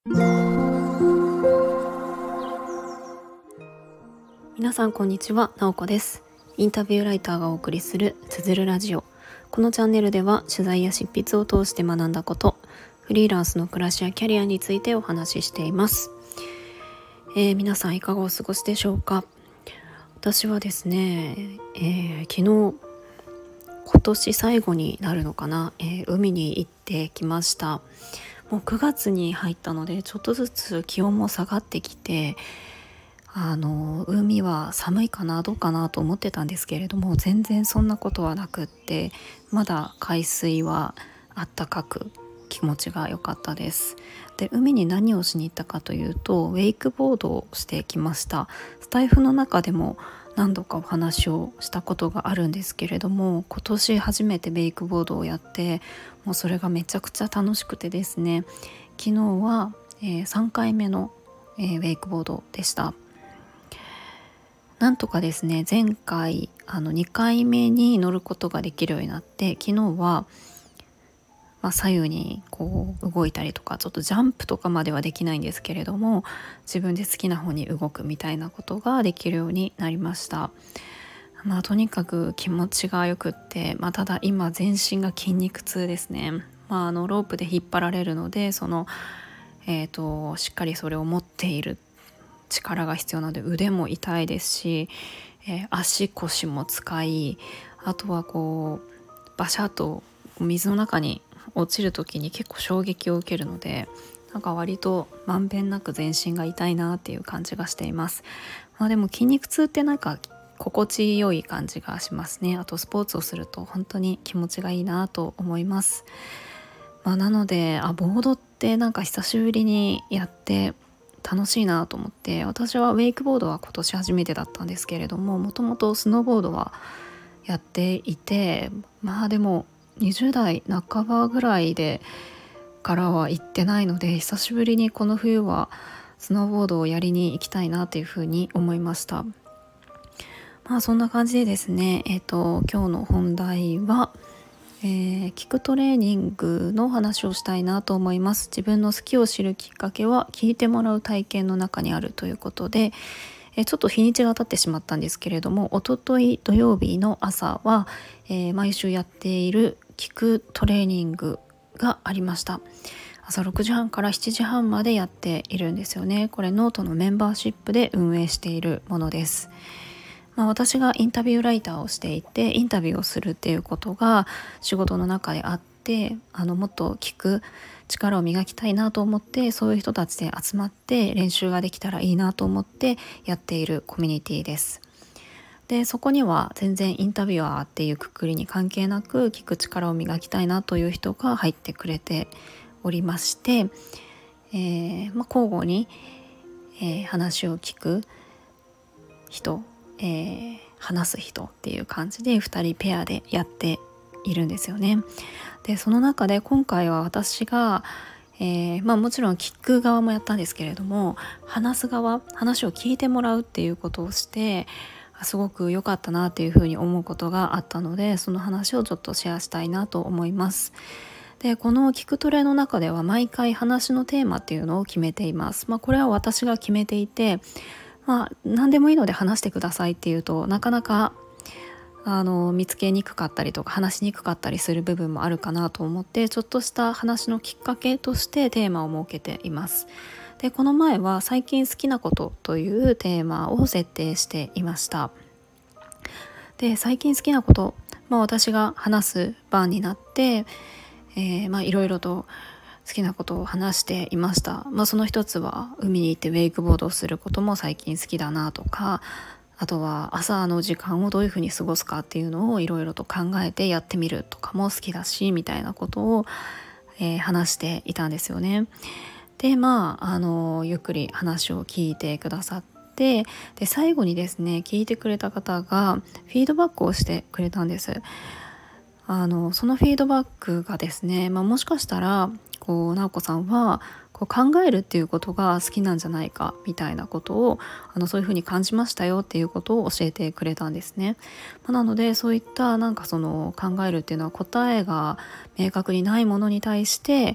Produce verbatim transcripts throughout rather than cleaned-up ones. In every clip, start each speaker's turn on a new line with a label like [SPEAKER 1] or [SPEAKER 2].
[SPEAKER 1] 皆さんこんにちは、なおこです。インタビューライターがお送りするつづるラジオ。このチャンネルでは取材や執筆を通して学んだこと、フリーランスの暮らしやキャリアについてお話ししています。えー、皆さんいかがお過ごしでしょうか。私はですね、えー、昨日今年最後になるのかな、えー、海に行ってきました。もうくがつに入ったのでちょっとずつ気温も下がってきて、あの海は寒いかなどうかなと思ってたんですけれども、全然そんなことはなくって、まだ海水はあったかく気持ちが良かったです。で、海に何をしに行ったかというと、ウェイクボードをしてきました。スタイフの中でも何度かお話をしたことがあるんですけれども、今年初めてウェイクボードをやって、もうそれがめちゃくちゃ楽しくてですね、昨日は、えー、さんかいめの、えー、ウェイクボードでした。なんとかですね、前回あのにかいめに乗ることができるようになって、昨日は、まあ、左右にこう動いたりとか、ちょっとジャンプとかまではできないんですけれども、自分で好きな方に動くみたいなことができるようになりました。まあ、とにかく気持ちがよくって、まあ、ただ今全身が筋肉痛ですね。まあ、あのロープで引っ張られるので、その、えーと、しっかりそれを持っている力が必要なので腕も痛いですし、えー、足腰も使い、あとはこうバシャッと水の中に落ちる時に結構衝撃を受けるので、なんか割とまんべんなく全身が痛いなっていう感じがしています。まあ、でも筋肉痛ってなんか心地よい感じがしますね。あとスポーツをすると本当に気持ちがいいなと思います。まあ、なのであボードってなんか久しぶりにやって楽しいなと思って、私はウェイクボードは今年初めてだったんですけれども、もともとスノーボードはやっていて、まあでもにじゅう代半ばぐらいでからは行ってないので、久しぶりにこの冬はスノーボードをやりに行きたいなというふうに思いました。まあそんな感じでですね、えっと今日の本題は、えー、聞くトレーニングの話をしたいなと思います。自分の好きを知るきっかけは聞いてもらう体験の中にあるということで、えー、ちょっと日にちが経ってしまったんですけれども、おととい土曜日の朝は、えー、毎週やっている聞くトレーニングがありました。朝ろくじはんからしちじはんまでやっているんですよね。これノートのメンバーシップで運営しているものです。まあ、私がインタビューライターをしていて、インタビューをするっていうことが仕事の中であって、あのもっと聞く力を磨きたいなと思って、そういう人たちで集まって練習ができたらいいなと思ってやっているコミュニティです。でそこには全然インタビュアーっていうくくりに関係なく、聞く力を磨きたいなという人が入ってくれておりまして、えーまあ、交互に、えー、話を聞く人、えー、話す人っていう感じでふたりペアでやっているんですよね。でその中で今回は私が、えーまあ、もちろん聞く側もやったんですけれども、話す側、話を聞いてもらうっていうことをして、すごく良かったなっていうふうに思うことがあったので、その話をちょっとシェアしたいなと思います。でこの聞くトレの中では毎回話のテーマっていうのを決めています。まあ、これは私が決めていて、まあ、何でもいいので話してくださいっていうとなかなかあの見つけにくかったりとか話しにくかったりする部分もあるかなと思って、ちょっとした話のきっかけとしてテーマを設けています。でこの前は最近好きなことというテーマを設定していました。で最近好きなこと、まあ、私が話す番になって、えー、まあいろいろと好きなことを話していました。まあ、その一つは海に行ってウェイクボードをすることも最近好きだなとか、あとは朝の時間をどういうふうに過ごすかっていうのをいろいろと考えてやってみるとかも好きだし、みたいなことを、えー、話していたんですよね。でまああのゆっくり話を聞いてくださって、で最後にですね、聞いてくれた方がフィードバックをしてくれたんです。あのそのフィードバックがですね、まあ、もしかしたらこう直子さんはこう考えるっていうことが好きなんじゃないかみたいなことを、あのそういうふうに感じましたよっていうことを教えてくれたんですね。まあ、なのでそういったなんかその考えるっていうのは答えが明確にないものに対して、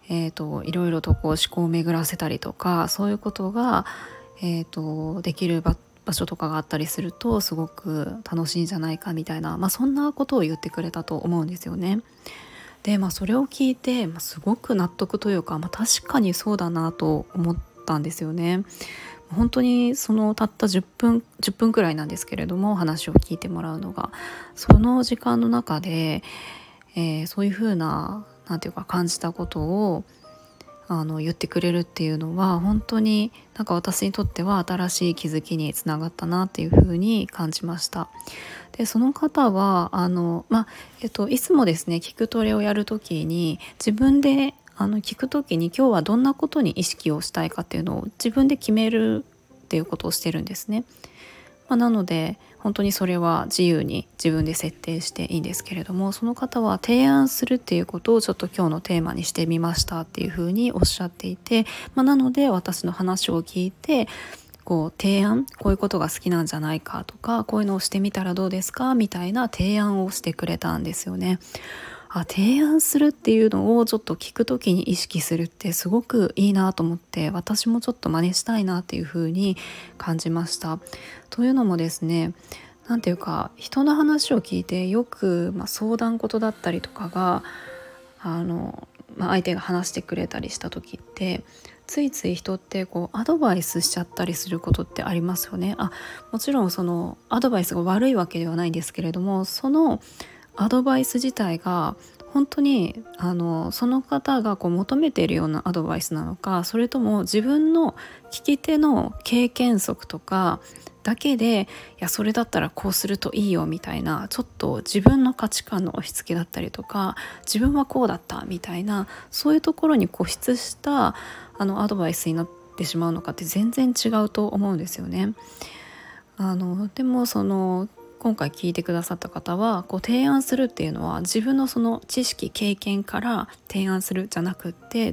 [SPEAKER 1] えーと、いろいろとこう思考を巡らせたりとか、そういうことが、えーと、できる場場所とかがあったりするとすごく楽しいんじゃないかみたいな、まあ、そんなことを言ってくれたと思うんですよね。で、まあ、それを聞いて、まあ、すごく納得というか、まあ、確かにそうだなと思ったんですよね。本当にそのたったじゅっぷんじゅっぷんくらいなんですけれども、話を聞いてもらうのが、その時間の中で、えー、そういうふうななんていうか感じたことをあの言ってくれるっていうのは、本当になんか私にとっては新しい気づきにつながったなっていうふうに感じました。でその方はあの、まあえっと、いつもですね聞くトレをやるときに自分であの聞くときに今日はどんなことに意識をしたいかっていうのを自分で決めるっていうことをしてるんですね。まあ、なので本当にそれは自由に自分で設定していいんですけれども、その方は提案するっていうことをちょっと今日のテーマにしてみましたっていうふうにおっしゃっていて、まあ、なので私の話を聞いてこう提案、こういうことが好きなんじゃないかとか、こういうのをしてみたらどうですかみたいな提案をしてくれたんですよね。あ、提案するっていうのをちょっと聞くときに意識するってすごくいいなと思って、私もちょっと真似したいなっていうふうに感じました。というのもですね、なんていうか人の話を聞いてよく、まあ、相談事だったりとかがあの、まあ、相手が話してくれたりした時ってついつい人ってこうアドバイスしちゃったりすることってありますよね。あ、もちろんそのアドバイスが悪いわけではないんですけれども、そのアドバイス自体が本当にあのその方がこう求めているようなアドバイスなのか、それとも自分の聞き手の経験則とかだけで、いやそれだったらこうするといいよみたいな、ちょっと自分の価値観の押し付けだったりとか、自分はこうだったみたいな、そういうところに固執したあのアドバイスになってしまうのかって全然違うと思うんですよね。あのでもその今回聞いてくださった方は、こう提案するっていうのは自分のその知識経験から提案するじゃなくって、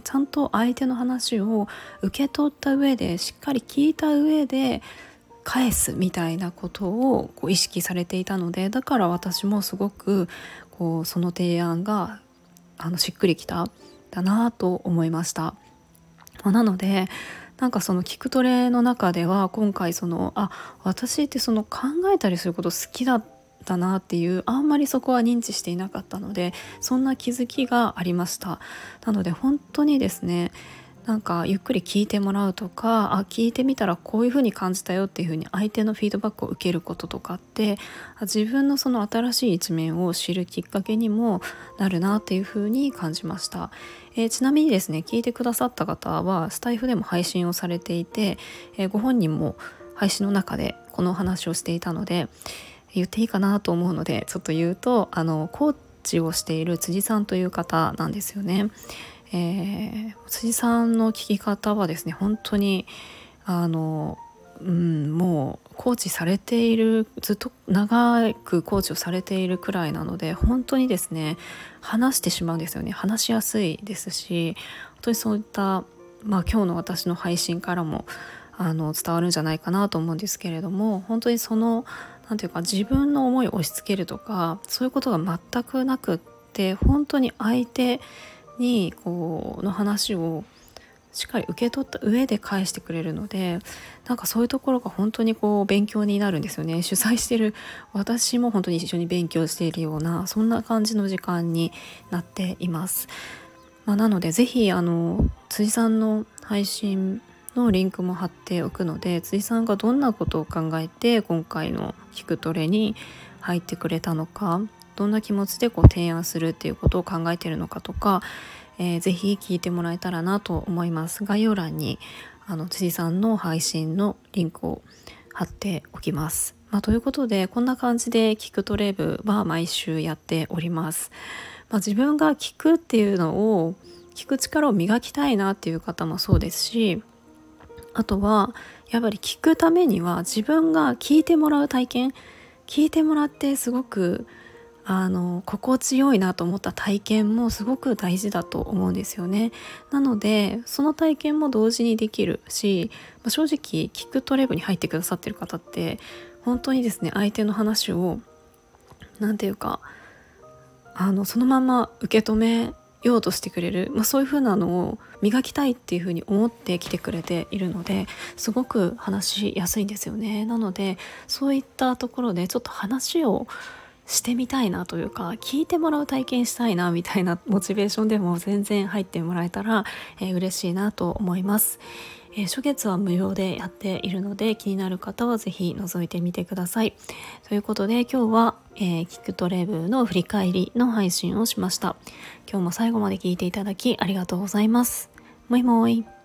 [SPEAKER 1] ちゃんと相手の話を受け取った上でしっかり聞いた上で返すみたいなことをこう意識されていたので、だから私もすごくこうその提案があのしっくりきただなと思いました。なのでなんかその聞くトレの中では今回そのあ私ってその考えたりすること好きだったなっていう、あんまりそこは認知していなかったので、そんな気づきがありました。なので本当にですね、なんかゆっくり聞いてもらうとか、あ聞いてみたらこういう風に感じたよっていう風に相手のフィードバックを受けることとかって、あ自分のその新しい一面を知るきっかけにもなるなっていう風に感じました。えーちなみにですね、聞いてくださった方はスタイフでも配信をされていて、えーご本人も配信の中でこの話をしていたので言っていいかなと思うのでちょっと言うと、あのコーチをしている辻さんという方なんですよね。えー、辻さんの聞き方はですね、本当にあの、うん、もうコーチされている、ずっと長くコーチをされているくらいなので、本当にですね話してしまうんですよね。話しやすいですし、本当にそういった、まあ、今日の私の配信からもあの伝わるんじゃないかなと思うんですけれども、本当にそのなんていうか自分の思いを押し付けるとかそういうことが全くなくって、本当に相手にこうの話をしっかり受け取った上で返してくれるので、なんかそういうところが本当にこう勉強になるんですよね。主催してる私も本当に一緒に勉強しているような、そんな感じの時間になっています。まあ、なのでぜひあの辻さんの配信のリンクも貼っておくので、辻さんがどんなことを考えて今回の聞くトレに入ってくれたのか、どんな気持ちでこう提案するっていうことを考えているのかとか、えー、ぜひ聞いてもらえたらなと思います。概要欄にあの辻さんの配信のリンクを貼っておきます。まあ、ということでこんな感じで聞くトレ部は毎週やっております。まあ、自分が聞くっていうのを聞く力を磨きたいなっていう方もそうですし、あとはやっぱり聞くためには自分が聞いてもらう体験、聞いてもらってすごくあの心地よいなと思った体験もすごく大事だと思うんですよね。なのでその体験も同時にできるし、まあ、正直聞くトレブに入ってくださってる方って本当にですね、相手の話をなんていうかあのそのまま受け止めようとしてくれる、まあ、そういう風なのを磨きたいっていう風に思って来てくれているので、すごく話しやすいんですよね。なのでそういったところでちょっと話をしてみたいなというか、聞いてもらう体験したいなみたいなモチベーションでも全然入ってもらえたら、えー嬉しいなと思います。えー初月は無料でやっているので、気になる方はぜひ覗いてみてください。ということで今日は、えー、キクトレブの振り返りの配信をしました。今日も最後まで聞いていただきありがとうございます。もいもい。